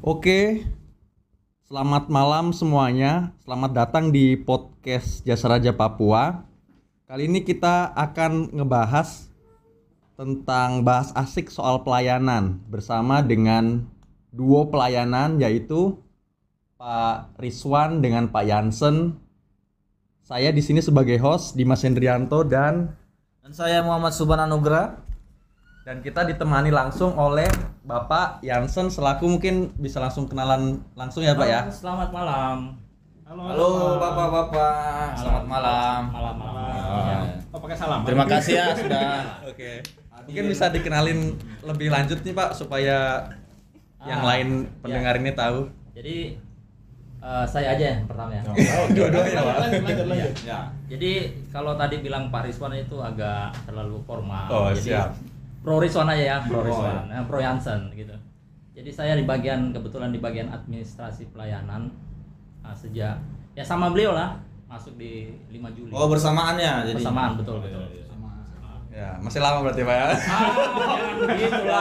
Oke, selamat malam semuanya. Selamat datang di podcast Jasa Raja Papua. Kali ini kita akan ngebahas tentang bahas asik soal pelayanan bersama dengan duo pelayanan yaitu Pak Rizwan dengan Pak Jansen. Saya di sini sebagai host Dimas Hendrianto dan saya Muhammad Suban Anugrah. Dan kita ditemani langsung oleh Bapak Jansen selaku mungkin bisa langsung kenalan langsung ya Pak ya. Selamat malam. Halo Bapak-bapak. Selamat malam. Malam. Ya. Oh, pakai salam. Terima kasih ya sudah. Oke. Mungkin bisa dikenalin lebih lanjut nih Pak supaya yang lain pendengar ini tahu. Jadi saya aja yang pertama ya. Dua-duanya Pak. Lanjut. Ya. Jadi kalau tadi bilang Pak Rizwan itu agak terlalu formal. Oh, Jadi siap. Pro Rizwan aja ya, Pro Oh, Rizwan, Pro Jansen gitu. Jadi saya kebetulan di bagian administrasi pelayanan sejak ya sama beliau lah masuk di 5 Juli. Oh, bersamaannya jadi. Bersamaan betul. Ya, masih lama berarti Pak ya. Jangan begitulah.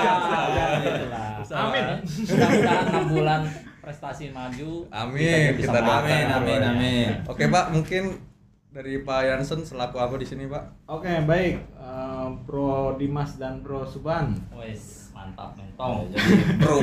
Amin. Mudah-mudahan 6 bulan prestasi maju. Amin. Kita doakan. doakan. Amin. Oke Pak, mungkin dari Pak Jansen selaku apa di sini Pak? Oke, baik. Bro Dimas dan Bro Suban. Wes, mantap mentong. Jadi bro.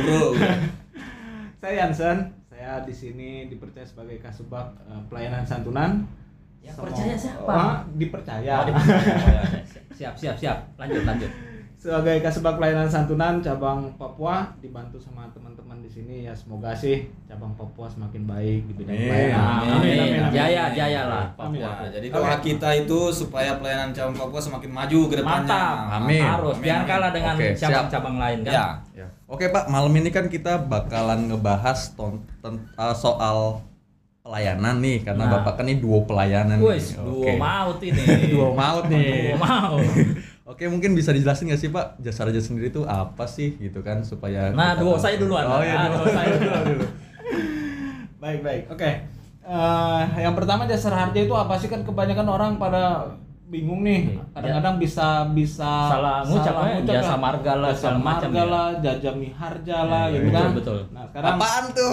Saya Jansen. Saya di sini dipercaya sebagai Kasubag pelayanan santunan. Yang percaya siapa? Dipercaya. Oh, dipercaya. Siap. Lanjut. Sebagai Kasubag pelayanan santunan cabang Papua, dibantu sama teman-teman di sini ya, semoga sih cabang Papua semakin baik di bidang Amin. pelayanan. Amin. Jaya lah Amin. Papua. Jadi doa kita itu supaya pelayanan cabang Papua semakin maju ke depannya. Mantap. Amin. Harus. Amin. Jangan kalah dengan Oke, siap. cabang-cabang lain kan. Ya. Ya. Oke Pak, malam ini kan kita bakalan ngebahas soal pelayanan nih karena Nah. Bapak kan ini duo pelayanan. Wes, nih. duo Oke. maut ini. Duo maut nih. Duo maut. Oke, mungkin bisa dijelasin nggak sih Pak, Jasa Raja sendiri itu apa sih gitu kan supaya Nah, kita duo tahu. saya duluan. Oh iya, duo saya dulu. Baik. Oke. Yang pertama Jasa Harja itu apa sih, kan kebanyakan orang pada bingung nih. Kadang-kadang bisa Salah ngucap ya, jasa marga lah, jasa segala macam marga ya. lah, jajami harja lah Ya, gitu kan. betul. Nah, sekarang Apaan tuh?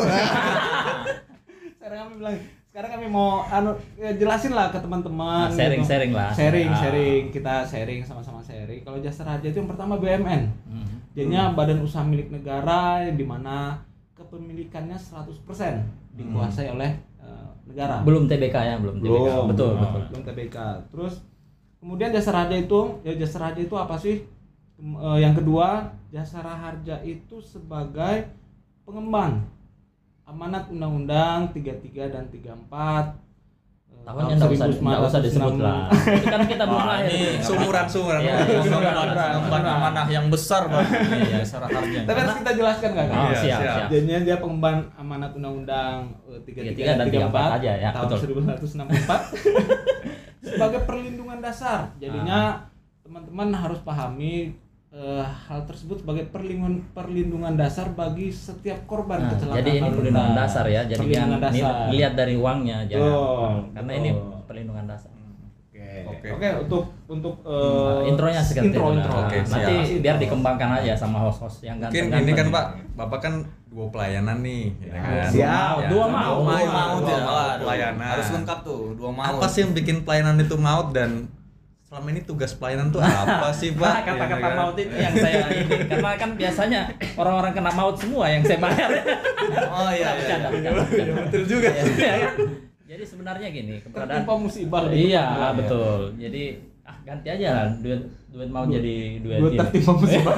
sekarang kami mau jelasin lah ke teman-teman. Nah, sharing lah. Sharing, kita sharing, sama-sama sharing. Kalau Jasa Raja itu yang pertama BUMN. Jadinya badan usaha milik negara di mana kepemilikannya 100% dikuasai oleh negara. Belum TBK ya, belum TBK. Betul. Belum TBK. Terus kemudian Jasa Raja itu apa sih? Yang kedua, Jasa Raharja itu sebagai pengembang amanat Undang-Undang 33 dan 34. Tahunnya enggak usah disebut lah. Itu kan kita belum lahir. ini Sumuran. Iya, Bukan amanah yang besar Bang. Iya, Jasa Raharja. Tapi harus kita jelaskan nggak? Oh, Iya, siap. siap. Jadinya dia pengemban amanat Undang-Undang 33 dan 34 aja ya, tahun betul. 1964 sebagai perlindungan dasar. Jadinya teman-teman harus pahami hal tersebut sebagai perlindungan dasar bagi setiap korban kecelakaan. Jadi ini lalu perlindungan lintas. dasar ya. Jadi Perlindungan dasar. lihat dari uangnya Betul, jangan. Karena ini betul. perlindungan dasar. Oke, untuk Intronya seperti intro. itu. Nah, Oke, nanti siap. biar dikembangkan aja sama host-host yang Mungkin ganteng-ganteng. ini kan Pak, Bapak kan duo pelayanan nih, ya kan? Siap. Dua maut. Dua maut. Pelayanan. Harus lengkap tuh, dua maut. Apa sih yang bikin pelayanan itu maut dan selama ini tugas pelayanan tuh apa sih Pak? Nah, kata-kata Ya kan? maut itu yang saya ini karena kan biasanya orang-orang kena maut semua yang saya bayar. Oh iya. Bercanda. Betul juga. Iya, kan? Jadi sebenarnya gini, keberadaan Tertimpa musibah. iya, betul. Jadi ganti aja lah duet mau jadi duet Dua ini. tertimpa musibah.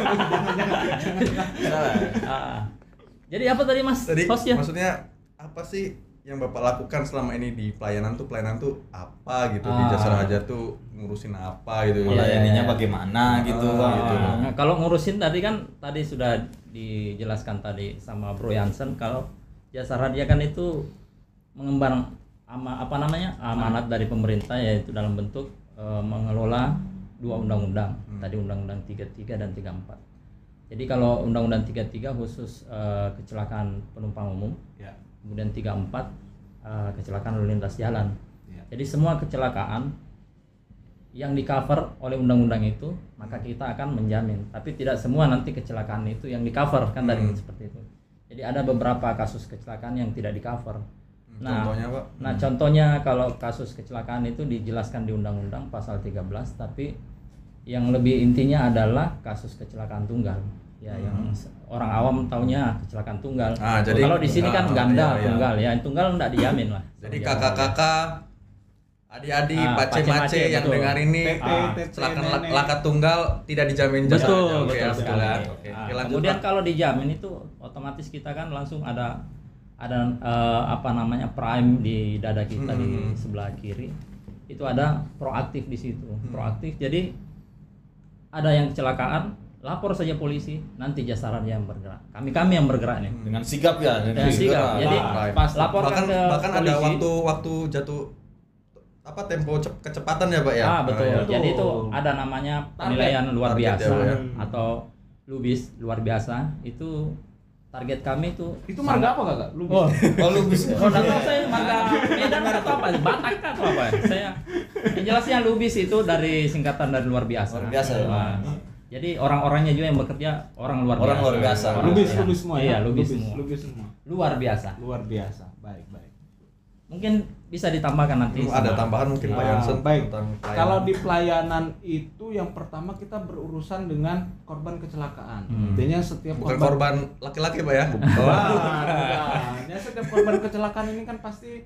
Jadi apa tadi Mas? Tadi Hostnya? maksudnya apa sih yang Bapak lakukan selama ini di pelayanan tuh apa gitu di Jasa Raja tuh ngurusin apa gitu. Melayaninya bagaimana gitu. gitu. Nah, kalau ngurusin tadi sudah dijelaskan tadi sama Bro Jansen kalau Jasa Raja kan itu mengemban amanat dari pemerintah, yaitu dalam bentuk mengelola dua undang-undang. Tadi Undang-Undang 33 dan 34. Jadi kalau Undang-Undang 33 khusus kecelakaan penumpang umum. Ya. Kemudian 34 kecelakaan lalu lintas jalan. Ya. Jadi semua kecelakaan yang di cover oleh undang-undang itu maka kita akan menjamin. Tapi tidak semua nanti kecelakaan itu yang di cover kan tadi seperti itu. Jadi ada beberapa kasus kecelakaan yang tidak di cover. Nah, Contohnya Pak? contohnya kalau kasus kecelakaan itu dijelaskan di Undang-Undang pasal 13, tapi yang lebih intinya adalah kasus kecelakaan tunggal. Ya, yang orang awam taunya kecelakaan tunggal. Jadi Kalau di sini kan ganda iya. tunggal ya, tunggal enggak dijamin lah. Jadi kakak-kakak, adik-adik, pace-mace yang betul. dengar ini kecelakaan laka tunggal tidak dijamin jasa. Betul, Oke, betul sekali. Oke, Nah, lanjut, kemudian Pak. kalau dijamin itu otomatis kita kan langsung ada apa namanya prime di dada kita di sebelah kiri. Itu ada proaktif di situ. Proaktif. Jadi ada yang kecelakaan, lapor saja polisi, nanti jasa raja yang bergerak. Kami yang bergerak nih. Dengan sigap ya. Dengan sigap. Jadi laporkan ke bahkan ada polisi. waktu jatuh tempo kecepatan ya Pak ya. Betul. Iya. Jadi itu ada namanya penilaian luar Target biasa ya, Pak, atau lubis luar biasa. Itu target kami itu. Itu marga apa Kakak? Lu Oh, lu bisa. enggak tahu saya marga Medan atau apa, Batak atau apa. Saya yang jelasnya lubis itu dari singkatan dari luar biasa. Luar biasa, ya. Nah, jadi orang-orangnya juga yang bekerja orang luar Orang biasa. luar biasa. lubis ya. semua ya. Iya, lubis semua. Lubis semua. Luar biasa. Luar biasa. Baik. Mungkin bisa ditambahkan nanti. Ada tambahan mungkin Pak Jansen Baik. tentang pelayanan. Kalau di pelayanan itu yang pertama kita berurusan dengan korban kecelakaan. Artinya setiap bukan korban laki-laki Pak ya. Ya, setiap korban kecelakaan ini kan pasti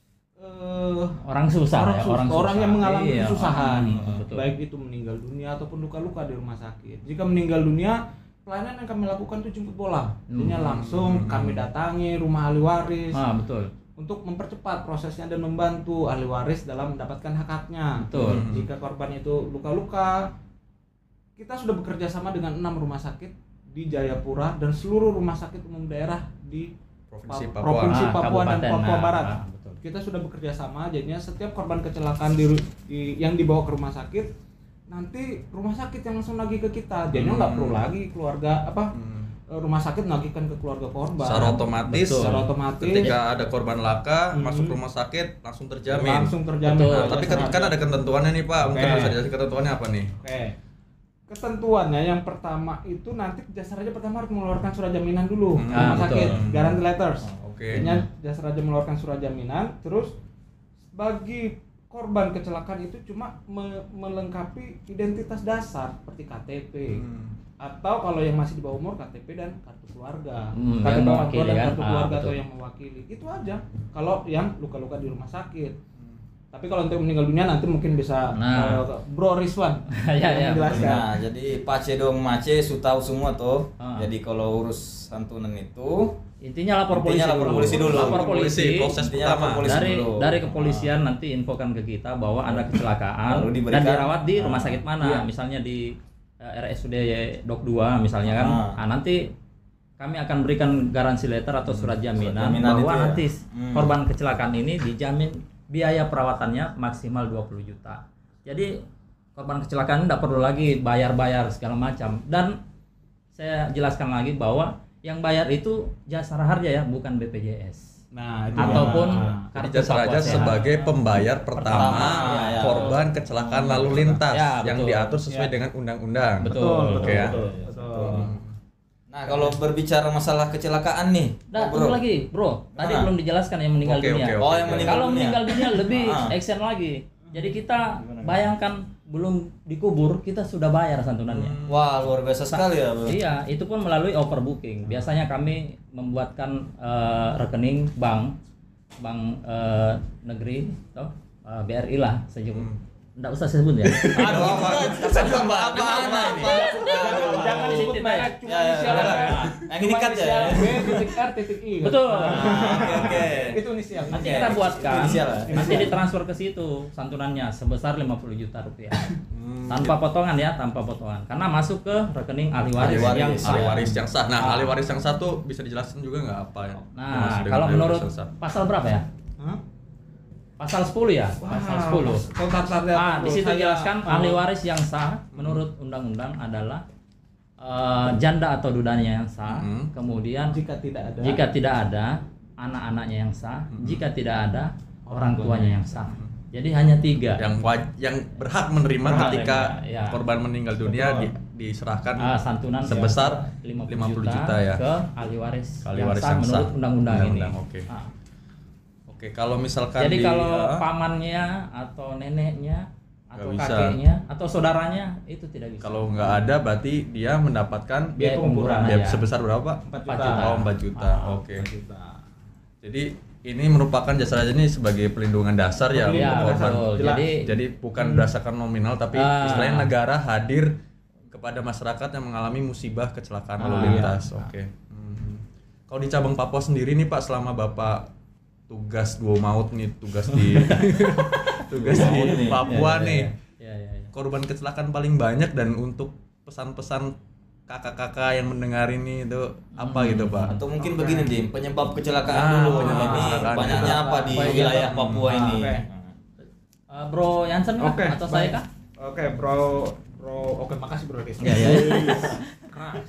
orang susah ya, orang susah. yang mengalami Iya. kesusahan, Betul. baik itu meninggal dunia ataupun luka-luka di rumah sakit. Jika meninggal dunia, pelayanan yang kami lakukan itu jemput bola. Artinya langsung kami datangi rumah ahli waris Betul. untuk mempercepat prosesnya dan membantu ahli waris dalam mendapatkan hak-haknya. Betul. Jika korban itu luka-luka, kita sudah bekerja sama dengan 6 rumah sakit di Jayapura dan seluruh rumah sakit umum daerah di Provinsi Papua. Provinsi Papua dan Kabupaten. Papua Barat. Betul. Kita sudah bekerja sama, jadinya setiap korban kecelakaan yang dibawa ke rumah sakit, nanti rumah sakit yang langsung nagih ke kita. Jadinya nggak perlu lagi keluarga rumah sakit nagihkan ke keluarga korban. Secara otomatis, Secara otomatis ketika ada korban laka masuk rumah sakit langsung terjamin. Betul. Nah, tapi kan ada ketentuannya nih Pak. Mungkin Oke. bisa dijelasin ketentuannya apa nih? Oke. Ketentuannya yang pertama itu nanti jasa raja pertama harus mengeluarkan surat jaminan dulu ke rumah betul. sakit, guarantee letters. Oke. Artinya jasa raja mengeluarkan surat jaminan, terus bagi korban kecelakaan itu cuma melengkapi identitas dasar seperti KTP. Atau kalau yang masih di bawah umur KTP dan kartu keluarga, Yang KTP orang tua mewakili dan kan? kartu keluarga atau Betul. yang mewakili, itu aja. Kalau yang luka-luka di rumah sakit. Tapi kalau untuk meninggal dunia nanti mungkin bisa Bro Rizwan Ya, menjelaskan. Nah, jadi pace dong mace su tahu semua tuh. Ah. Jadi kalau urus santunan itu Intinya lapor polisi Intinya lapor dulu. polisi dulu. Lapor polisi. Proses Intinya lapor pertama. polisi dari dulu. dari kepolisian nanti infokan ke kita bahwa ada kecelakaan Lalu dan diberikan- dirawat di rumah sakit mana, Iya. misalnya di RSUD Dok 2 misalnya kan. Ah. Nanti kami akan berikan garansi letter atau surat jaminan, jaminan bahwa itu ya. nanti Hmm. korban kecelakaan ini dijamin biaya perawatannya maksimal 20 juta. Jadi korban kecelakaan tidak perlu lagi bayar-bayar segala macam. Dan saya jelaskan lagi bahwa yang bayar itu Jasara Harja ya, bukan BPJS. Nah, itu Ataupun Jadi kartu jasa raja Papua Sehat. sebagai pembayar pertama ya. korban kecelakaan lalu lintas Ya, yang betul. diatur sesuai Ya. dengan undang-undang. Betul, Oke ya. Betul. Nah, kalau berbicara masalah kecelakaan nih, Nah, Bro. tunggu lagi, Bro. Tadi Gimana? belum dijelaskan yang meninggal Oke, dunia. oke, Oh, yang meninggal Kalau dunia. meninggal dunia lebih Ah. action lagi. Jadi kita bayangkan belum dikubur kita sudah bayar santunannya. Wah, luar biasa sekali ya, Bro. Iya, itu pun melalui overbooking. Biasanya kami membuatkan rekening bank negeri, toh BRI lah sejauh. Nggak usah saya sebut ya. Aduh, apa ini? Jangan disebut merek, cuma Ya, ya, inisial ya. aja. Yang ini cut ya? B.R.I. Betul. Oke. Itu inisial. Nanti Oke. kita buatkan, Inisial ya? nanti ditransfer ke situ santunannya sebesar 50 juta rupiah. Tanpa potongan ya, tanpa potongan. Karena masuk ke rekening ahli waris, Ahli waris. yang Ahli sah. waris yang sah. Nah, ahli waris yang satu bisa dijelaskan juga nggak apa ya? Nah, Maksud dengan kalau ahli waris menurut yang sah. pasal berapa ya? Hah? Pasal 10 ya? Pasal 10. Di situ jelaskan ahli waris yang sah menurut undang-undang adalah janda atau dudanya yang sah. Kemudian Jika tidak ada anak-anaknya yang sah, jika tidak ada orang tuanya yang sah. Jadi hanya 3. yang berhak menerima Berhak ketika menerima, ya. korban meninggal dunia Betul. diserahkan santunan sebesar 50 50 juta ya ke ahli waris ahli yang waris sah yang sah. menurut undang-undang ini. Oke. Ah. Oke, kalau misalkan Jadi kalau pamannya atau neneknya atau Nggak bisa. kakeknya atau saudaranya itu tidak bisa. kalau nggak ada berarti dia mendapatkan biaya penguburan biaya aja. sebesar berapa? 4 4 juta. juta. Oh, 4 juta. Oke. 4 juta. Jadi ini merupakan jasa raja ini sebagai pelindungan dasar ya untuk Iya, korban. betul. Jelas. Jadi bukan berdasarkan nominal tapi istilahnya negara hadir kepada masyarakat yang mengalami musibah kecelakaan lalu lintas. Oke. Kalau di cabang Papua sendiri nih Pak, selama Bapak tugas dua maut nih, tugas di Papua nih. Iya. Korban kecelakaan paling banyak dan untuk pesan-pesan kakak-kakak yang mendengar ini itu apa gitu Pak? Atau mungkin begini Dim, penyebab kecelakaan dulu. penyebab Ini kecelakaan. banyaknya apa di Apa wilayah yang- Papua ini? Oke. Bro Jansen kah? Oke, atau saya baik. kah? Oke, oke, makasih Bro Riz. Iya. Keras.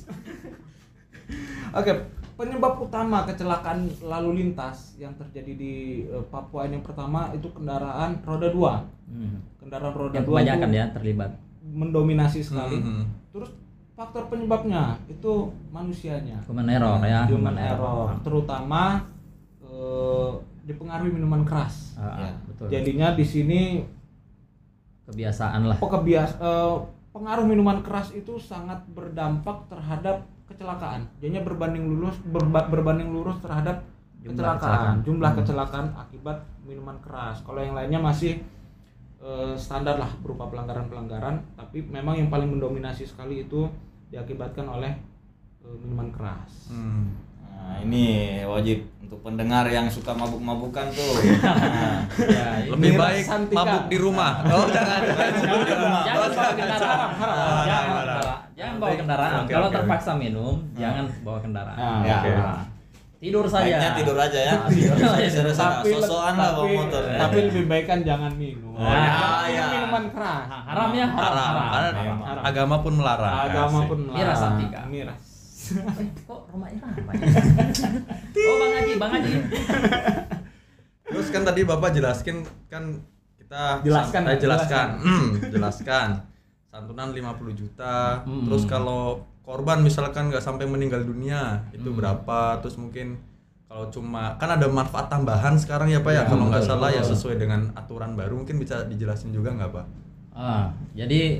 Oke, penyebab utama kecelakaan lalu lintas yang terjadi di Papua ini, yang pertama itu kendaraan roda 2. Kendaraan roda Yang 2 kebanyakan itu ya terlibat. mendominasi sekali. Mhm. Terus faktor penyebabnya itu manusianya. Human error ya. Human error, terutama dipengaruhi minuman keras. Ah, Ya. betul. Jadinya di sini Kebiasaan lah. pengaruh minuman keras itu sangat berdampak terhadap kecelakaan. Jadinya berbanding lurus terhadap jumlah kecelakaan akibat minuman keras. Kalau yang lainnya masih standar lah berupa pelanggaran-pelanggaran, tapi memang yang paling mendominasi sekali itu diakibatkan oleh minuman keras. Nah, ini wajib untuk pendengar yang suka mabuk-mabukan tuh. Nah, Ya, Lebih Miras baik Santika. mabuk di rumah. Oh, jangan. Mabuk di rumah. Jangan bawa kendaraan. Jangan bawa kendaraan. Oke, Kalau oke. terpaksa minum, jangan bawa kendaraan. Ah, ya. oke. Nah, tidur baiknya saja. tidur aja ya. Tidur saja. Sosokan lah bawa motor. tapi lebih baik kan jangan minum. Oh, Jangan ya. minum minuman keras. Nah, haram ya, Haram. Karena Haram. agama pun melarang. Agama Asik. pun Miras Santika. Miras. Kok rumahnya ramai? Oh, Bang Haji. Terus kan tadi Bapak jelaskan kan kita Jelaskan. jelaskan. Santunan 50 juta. Terus kalau korban misalkan nggak sampai meninggal dunia, itu berapa? Terus mungkin kalau cuma kan ada manfaat tambahan sekarang ya Pak ya, kalau nggak betul, salah ya betul. sesuai dengan aturan baru, mungkin bisa dijelasin juga nggak Pak? Jadi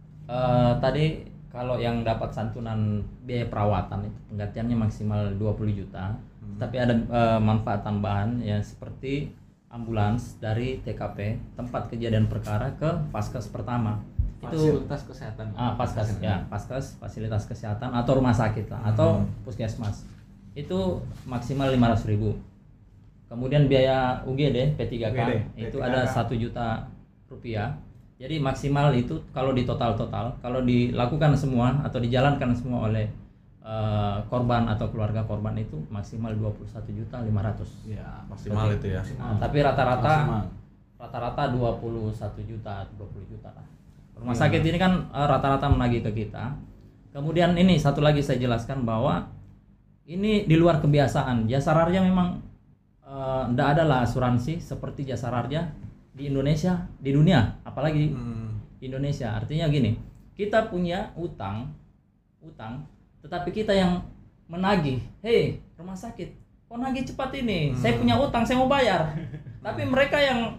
tadi kalau yang dapat santunan biaya perawatan itu penggantiannya maksimal 20 juta. Tapi ada manfaat tambahan ya seperti ambulans dari TKP tempat kejadian perkara ke Paskes pertama. Itu Fasilitas kesehatan. Paskes fasilitas kesehatan atau rumah sakit lah atau puskesmas. Itu maksimal 500.000. Kemudian biaya UGD P3K itu P3K. ada 1 juta rupiah. Jadi maksimal itu kalau di total kalau dilakukan semua atau dijalankan semua oleh korban atau keluarga korban itu maksimal 21.500.000. Ya, Maksimal itu ya. Nah, tapi rata-rata Maksimal. 21 juta, 20 juta lah. Rumah sakit ini kan rata-rata menagih ke kita. Kemudian ini satu lagi saya jelaskan bahwa ini di luar kebiasaan. Jasa Raja memang tidak ada lah asuransi seperti Jasa Raja di Indonesia, di dunia, apalagi di Indonesia. Artinya gini, kita punya utang, tetapi kita yang menagih. Hei, rumah sakit, kok nagih cepat ini? Saya punya utang, saya mau bayar. Tapi mereka yang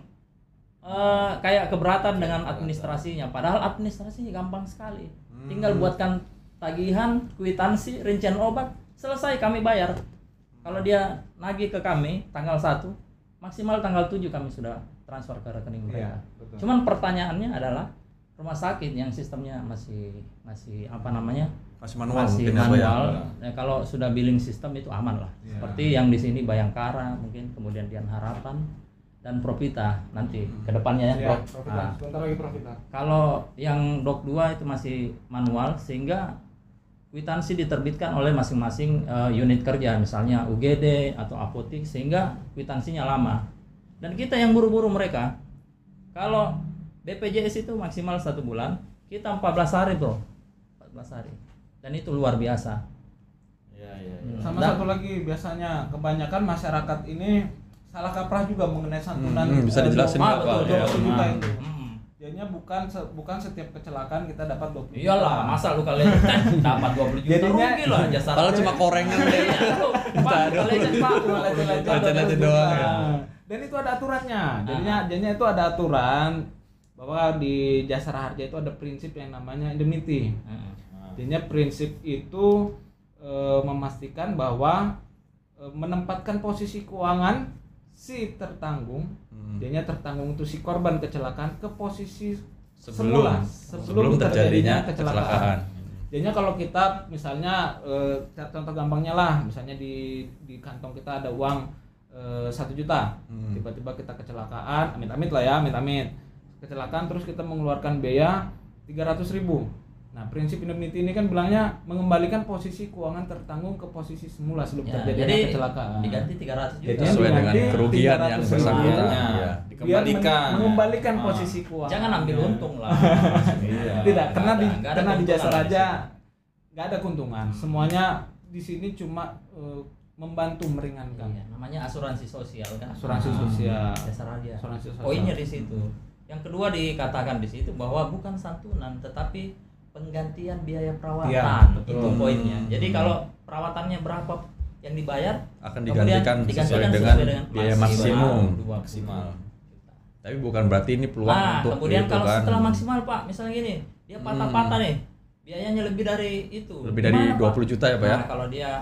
kayak keberatan dengan administrasinya, padahal administrasinya gampang sekali. Tinggal buatkan tagihan, kwitansi, rincian obat, selesai kami bayar. Kalau dia nagih ke kami tanggal 1, maksimal tanggal 7 kami sudah transfer ke rekening mereka. betul. Cuman pertanyaannya adalah rumah sakit yang sistemnya masih apa namanya? Masih manual Masih mungkin ya, Pak ya? manual. Ya, kalau sudah billing system itu aman lah. Seperti yang di sini Bayangkara mungkin, kemudian Dian Harapan dan Profita nanti kedepannya ya, Ya, Prof. Profita. Nah, Sebentar lagi Profita. kalau yang Dok 2 itu masih manual sehingga kwitansi diterbitkan oleh masing-masing unit kerja, misalnya UGD atau apotik, sehingga kwitansinya lama. Dan kita yang buru-buru mereka. Kalau BPJS itu maksimal 1 bulan, kita 14 hari, Bro. 14 hari. Dan itu luar biasa. Ya. Sama Dan- satu lagi, biasanya kebanyakan masyarakat ini salah kaprah juga mengenai santunan. Bisa dijelasin nggak, Pak? 20 juta Ya. itu. Hmm. Jadinya bukan setiap kecelakaan kita dapat 20 juta. Iyalah, masa lu kalian dapat 20 juta Jadinya- rugi loh jasa Kalau raja. cuma korengan deh. Pak, legend Pak. Cuma Lecet-lecet doang ya. Dan itu ada aturannya. Jadinya itu ada aturan bahwa di Jasara Harja itu ada prinsip yang namanya indemnity. Jadinya prinsip itu memastikan bahwa menempatkan posisi keuangan si tertanggung. Jadinya tertanggung itu si korban kecelakaan ke posisi semula sebelum terjadinya kecelakaan. Jadinya kalau kita misalnya contoh gampangnya lah, misalnya di kantong kita ada uang 1 juta, tiba-tiba kita kecelakaan, amit-amit lah ya, amit-amit kecelakaan, terus kita mengeluarkan biaya 300.000. Nah, prinsip indemnity ini kan bilangnya mengembalikan posisi keuangan tertanggung ke posisi semula sebelum Ya, terjadinya jadi kecelakaan. diganti 300 juta. Jadi Sesuai dengan diganti kerugian 300.000. yang bersangkutan. Iya. Iya. Dikembalikan. Mengembalikan Ah. posisi keuangan. Jangan ambil untung lah. Iya. Tidak, karena di Nggak ada karena di keuntungan Jasa di Raja situ. nggak ada keuntungan. Semuanya di sini cuma membantu meringankan. Iya, namanya asuransi sosial kan. Asuransi sosial. Jasa raja. Asuransi sosial. Poinnya di situ. Yang kedua dikatakan di situ bahwa bukan santunan tetapi penggantian biaya perawatan. Iya, betul. Itu poinnya. Jadi kalau perawatannya berapa yang dibayar Akan kemudian digantikan sesuai digantikan dengan biaya maksimum. 20 Maksimal. juta. Tapi bukan berarti ini peluang Nah, untuk kemudian gitu kalau kan. setelah maksimal Pak, misalnya gini, dia patah-patah nih, biayanya lebih dari itu. Lebih dari Gimana, Pak? 20 juta ya, Pak ya? Nah, kalau dia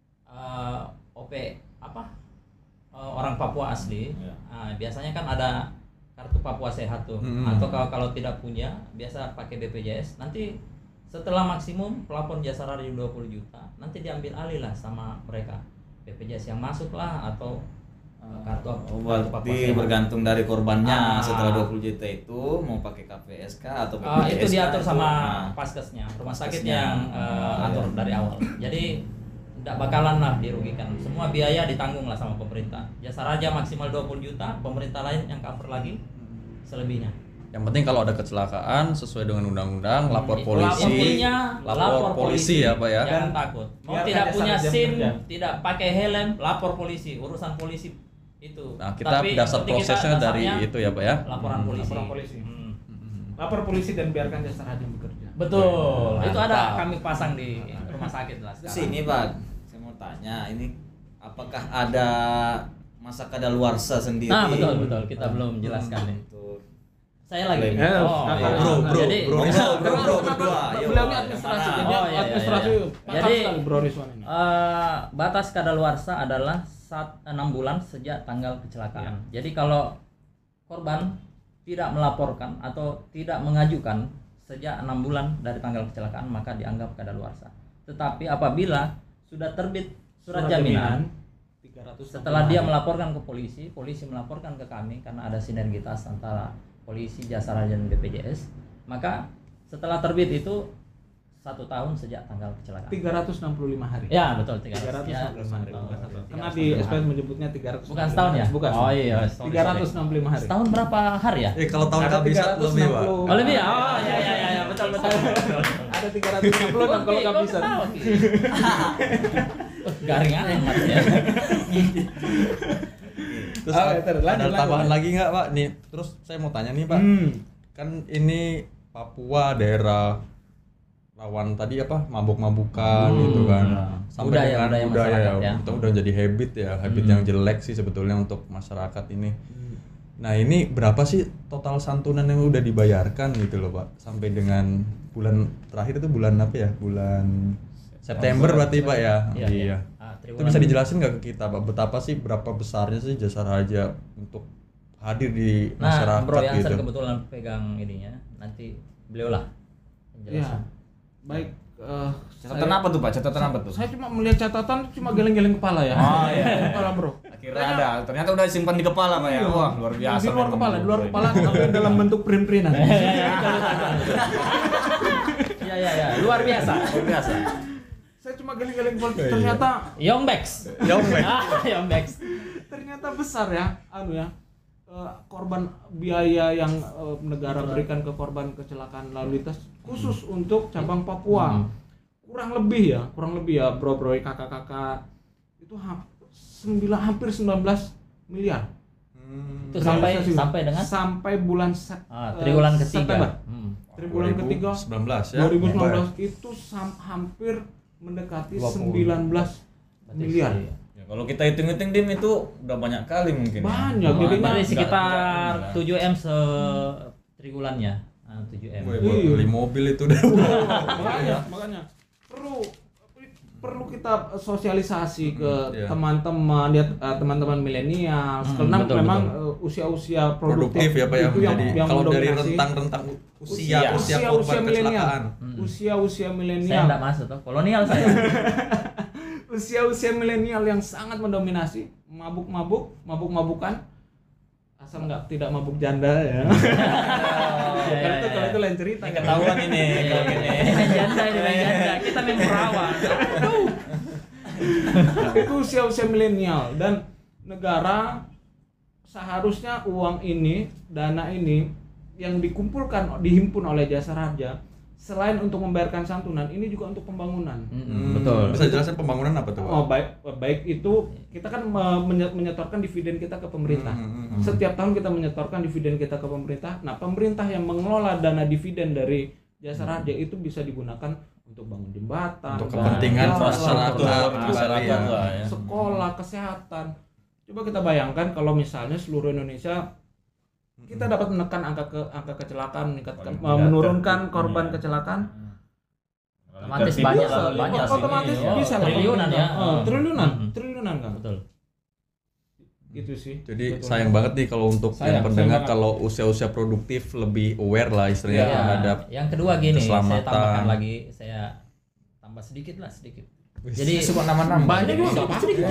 OP apa? Orang Papua asli, Ya. biasanya kan ada kartu Papua Sehat tuh. Atau kalau tidak punya, biasa pakai BPJS. Nanti setelah maksimum pelapor jasa raja 20 juta, nanti diambil alih lah sama mereka. BPJS yang masuk lah atau kartu Berarti Sehat. bergantung dari korbannya. Ah. Setelah 20 juta itu mau pakai KPSK atau Itu diatur itu. sama Nah, paskesnya, rumah sakit Paskesnya. yang atur dari awal. Jadi tidak bakalan lah dirugikan. Semua biaya ditanggung lah sama pemerintah. Jasa raja maksimal 20 juta, pemerintah lain yang cover lagi selebihnya. Yang penting kalau ada kecelakaan sesuai dengan undang-undang, lapor polisi. Intinya, Lapor polisi ya, Pak ya. Jangan Dan takut. Mau biarkan tidak jasa punya raja SIM, bekerja. tidak pakai helm, lapor polisi. Urusan polisi itu. Nah, kita dasar penting kita prosesnya dari dasarnya itu ya, Pak ya. Laporan polisi. Laporan polisi. Hmm. Lapor polisi dan biarkan Jasa Raja bekerja. Betul. Itu ada Mantap. kami pasang di rumah sakit lah Terus sekarang. ini Pak, saya mau tanya, ini apakah ada masa kadaluarsa sendiri? Nah, betul. Kita belum jelaskan nih. Untuk Saya lagi. Klaim. Oh, Kakak. iya. Bro, Jadi bro, berdua. Ayo, Beliau ini yang administrasi, mana? jadi Oh, iya, administrasi iya. pakar Jadi, sekali Bro Rizwan ini. batas kadaluarsa adalah 6 bulan sejak tanggal kecelakaan. Jadi kalau korban tidak melaporkan atau tidak mengajukan sejak 6 bulan dari tanggal kecelakaan, maka dianggap kadaluarsa. Tetapi apabila sudah terbit surat jaminan, 300 setelah dia melaporkan ke polisi, polisi melaporkan ke kami karena ada sinergitas antara polisi, jasa raja dan BPJS, maka setelah terbit itu 1 tahun sejak tanggal kecelakaan. 365 hari. Ya betul 365 Ya, hari. betul. Karena di SPS menyebutnya 300. Bukan setahun ya? Bukan. Oh iya, sorry, 365 hari. Setahun berapa hari ya? Kalau tahun Ada kehabisan lebih, Pak. 360. Oh lebih ya? Oh iya betul. Ada 360 dan kalau kehabisan. Garing amat ya. Terus Oke, ada lanjut, tambahan lanjut. lagi nggak, Pak? Nih, terus saya mau tanya nih, Pak. Kan ini Papua daerah rawan tadi apa mabuk-mabukan gitu kan. Sampai Budaya dengan masyarakat ya. Itu udah jadi habit ya, habit yang jelek sih sebetulnya untuk masyarakat ini. Nah, ini berapa sih total santunan yang udah dibayarkan gitu loh, Pak? Sampai dengan bulan terakhir itu bulan apa ya? Bulan September berarti, Pak ya? Iya. Itu bisa dijelasin nggak ke kita, Pak? Betapa sih, berapa besarnya sih jasa raja untuk hadir di masyarakat Bro yang gitu? kebetulan pegang ininya, nanti beliau lah Iya. menjelaskan. Baik. catatan apa tuh Pak? Catatan apa tuh? Saya cuma melihat catatan cuma geleng-geleng kepala ya. Oh, iya. Kepala Bro. Akhirnya ada. Ternyata udah simpan di kepala Pak ya. Wah, luar biasa. Di luar memang kepala, di luar Bro ini. kepala tapi dalam bentuk print-printan. Iya, luar biasa. Luar biasa. Saya cuma geleng-geleng kepala. Ternyata Yongbex. Yongbex. ternyata besar ya, korban biaya yang negara berikan ke korban kecelakaan lalu lintas khusus untuk cabang Papua. Kurang lebih ya bro-bro kakak-kakak itu hampir 19 miliar. Itu sampai dengan sampai bulan triwulan September. ketiga. Triwulan ketiga 2019 ya. 2019 itu hampir mendekati 19 miliar. Ya, kalau kita hitung-hitung Dim itu udah banyak kali mungkin. Banyak, Jadi jadinya sekitar enggak. 7M triwulannya. 7M. Gue buat beli mobil itu udah. makanya perlu kita sosialisasi ke Iya. teman-teman teman-teman milenial karena betul, memang usia-usia produktif Produktif ya Pak ya. itu Jadi yang kalau dari mendominasi. rentang usia korban kecelakaan. Usia Saya milenial enggak masuk tuh. Kolonial saya. usia milenial yang sangat mendominasi, mabuk-mabukan, asal tidak mabuk janda ya. Kalau itu lain cerita. Ini ketahuan ini kalau gini. Main janda. Kita main perawan. Itu usia milenial dan negara seharusnya uang ini, dana ini yang dihimpun oleh Jasa Raja selain untuk membayarkan santunan, ini juga untuk pembangunan. Betul. Bisa jelasin pembangunan apa tuh Pak? Oh baik itu kita kan menyetorkan dividen kita ke pemerintah. Setiap tahun kita menyetorkan dividen kita ke pemerintah. Nah, pemerintah yang mengelola dana dividen dari Jasa Raja itu bisa digunakan untuk bangun jembatan, Untuk kepentingan jalan, masyarakat lah ya. sekolah, kesehatan. Coba kita bayangkan kalau misalnya seluruh Indonesia kita dapat menekan angka kecelakaan, menurunkan korban kecelakaan. Otomatis banyak sih. Otomatis Oh, bisa lah. triliunan ya. Triliunan kan. Betul. Gitu sih. Jadi Betul. sayang banget nih kalau untuk Sayang yang pendengar banget. kalau usia-usia produktif lebih aware lah istilahnya Ya, terhadap yang kedua gini, saya keselamatan. tambahkan lagi, saya tambah sedikit. Jadi suka nama-nama. banyak juga sedikit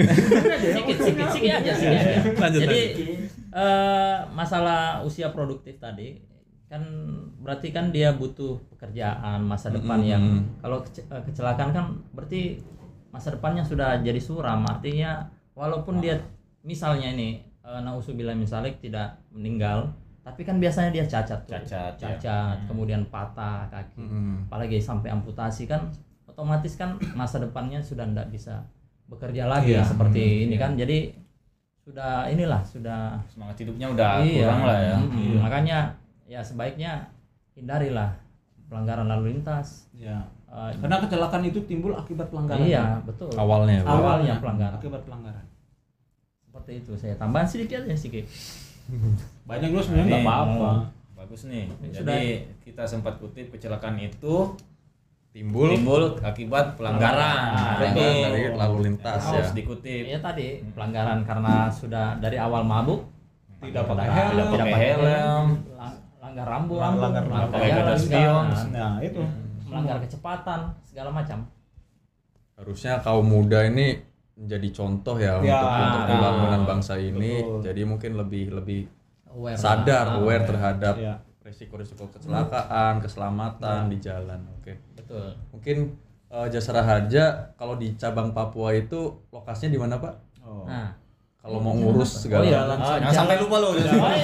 aja. Lanjut, Jadi masalah usia produktif tadi kan berarti kan dia butuh pekerjaan masa depan yang kalau kecelakaan kan berarti masa depannya sudah jadi suram, artinya walaupun dia misalnya ini nauzubillah misalnya tidak meninggal, tapi kan biasanya dia cacat tuh. Cacat, kemudian patah kaki, apalagi sampai amputasi kan otomatis kan masa depannya sudah tidak bisa bekerja lagi seperti ini kan, jadi sudah Semangat hidupnya udah kurang lah ya. Makanya ya sebaiknya hindarilah pelanggaran lalu lintas. Ya. Karena kecelakaan itu timbul akibat pelanggaran. Iya, betul. awalnya pelanggaran. Akibat pelanggaran. Seperti itu, saya tambahan sedikit. Banyak lu sebenarnya nggak apa-apa. Bagus nih. Sudah. Jadi kita sempat kutip kecelakaan itu timbul akibat pelanggaran. dari lalu lintas ya. Harus dikutip. Iya tadi pelanggaran karena sudah dari awal mabuk, Tidak pakai Tidak helm. pakai helm. langgar rambu, Langgar pakai jalan, gagas spion. Nah, itu. melanggar kecepatan segala macam. Harusnya kaum muda ini menjadi contoh ya, Ya, untuk pembangunan bangsa ini. betul. Jadi mungkin lebih Aware sadar, lah. aware terhadap Ya. risiko-risiko kecelakaan, keselamatan di jalan. Oke. Betul. Mungkin Jasara Harja kalau di cabang Papua itu lokasinya di mana Pak? Oh. Nah, Kalau mau ngurus segala. Jangan sampai lupa loh.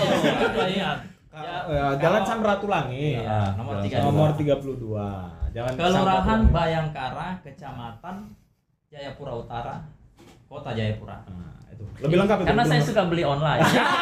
Jalan Samratulangi. Iya, nomor 32. Nomor 32. Jangan Kelurahan sampai- Bayangkara, Kecamatan Jayapura Utara, Kota Jayapura. Nah, itu. Lebih lengkap itu. Karena lebih saya lengkap. suka beli online.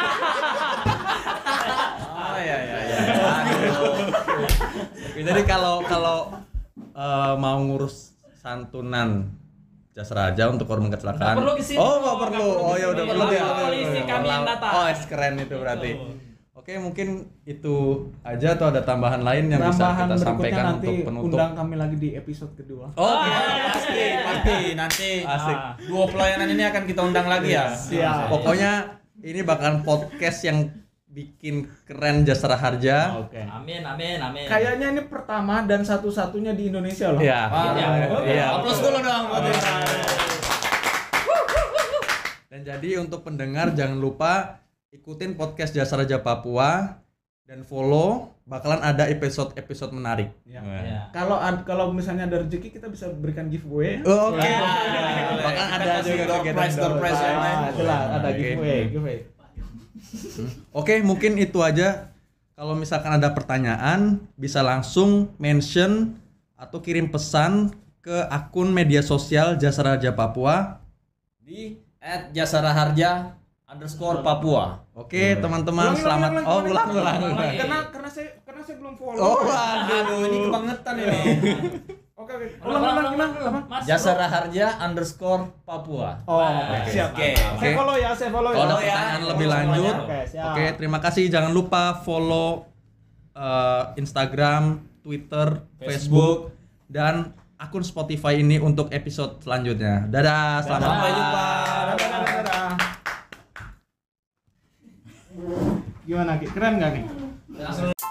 Jadi kalau mau ngurus santunan Jasara Harja untuk korban kecelakaan. Nggak perlu ke situ. Oh, nggak perlu. Oh ya udah perlu ya. Polisi kami yang datang. Oh, keren itu berarti. Oke, mungkin itu aja atau ada tambahan lain yang bisa Tambahan kita berikutnya sampaikan nanti untuk penutup. undang kami lagi di episode kedua. Oke. Pasti nanti Asik. dua pelayanan ini akan kita undang lagi ya. Siap. Pokoknya ini bakalan podcast yang bikin keren Jasara Harja. Oke. Amin. Kayaknya ini pertama dan satu-satunya di Indonesia loh. Iya. Iya. Aplaus dulu dong buat dia. Dan jadi untuk pendengar jangan lupa ikutin podcast Jasara Harja Papua dan follow, bakalan ada episode-episode menarik. Ya. Ya. Kalau misalnya ada rezeki kita bisa berikan giveaway. Oke. Ya. Bahkan Kita ada kasih juga door kegiatan prize yang lain. Itulah ada Oke. giveaway. Oke, mungkin itu aja. Kalau misalkan ada pertanyaan, bisa langsung mention atau kirim pesan ke akun media sosial Jasara Harja Papua. Di @jasaraharja_. underscore Papua. Oke, teman-teman selamat. Ulang. Karena saya belum follow. Oh, waduh. Aduh, ini kebangetan ini. Oke. Ulang gimana? Mas Jasara Harja underscore Papua. Oh, siap. Oke. Saya follow ya. Kalau ada pertanyaan lebih Semuanya. lanjut, Oke, siap. oke, terima kasih. Jangan lupa follow Instagram, Twitter, Facebook, dan akun Spotify ini untuk episode selanjutnya. Dadah, selamat Sampai jumpa. Dadah. Gimana Ki? Keren nggak nih? Langsung